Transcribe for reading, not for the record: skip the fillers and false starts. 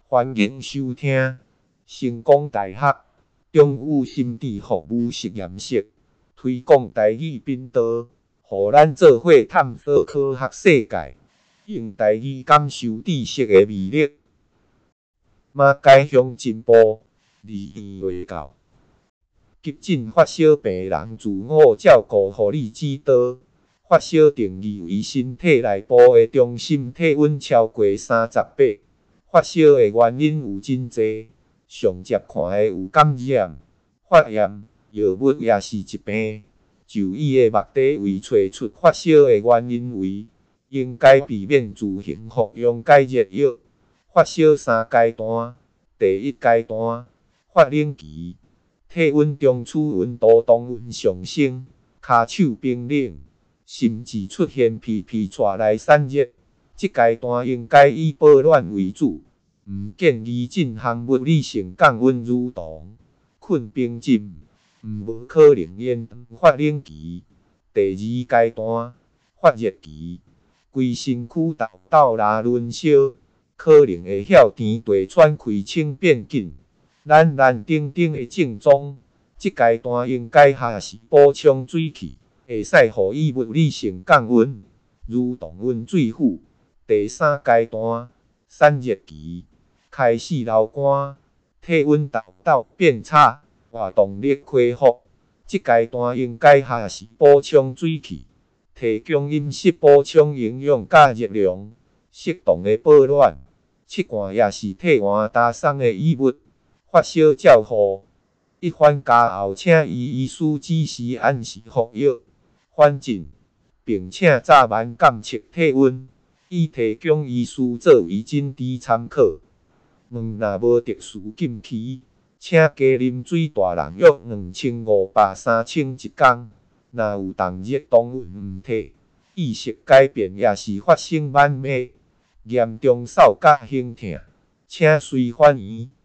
欢迎收听成功大学中午心智服务实验室推广台语频道，互咱做伙探索科学世界，用台语感受知识的魅力。马街乡进步2年未到，急诊发烧病人自我照顾护理指导。发烧定义为身体内部的中心体温超过38。发烧的原因有真济，上接看的有感染、发炎、药物也是疾病。就医的目的为找出发烧的原因为，应该避免自行服用解热药。发烧3阶段，第1阶段发冷期，体温中枢温度同温上升，骹手冰冷，甚至出现皮皮带内散热。这阶段应该以保暖为主，唔建议进行物理性降温蠕动、困冰浸，无可能延长发冷期。第2阶段发热期，规身躯抖拉轮烧，可能会晓甜地喘气声变紧，等等的症状。这阶段应该下是补充水气，会使予以物理性降温，如动温水壶。第3阶段散热期，开始流汗，体温变差，活动力恢复。这阶段应该下是补充水气，提供饮食补充营养甲热量，适当的保暖。拭汗也是替换打送的衣物。发烧照护，一番加后，请医师指示按时服药、缓震，并且早晚监测体温，以提供医师作为诊治参考。若无特殊禁期，请加啉水大人约2500-3000一天。若有冻热动温唔退，意识改变也是发生慢寐、严重扫甲胸痛，请随返院。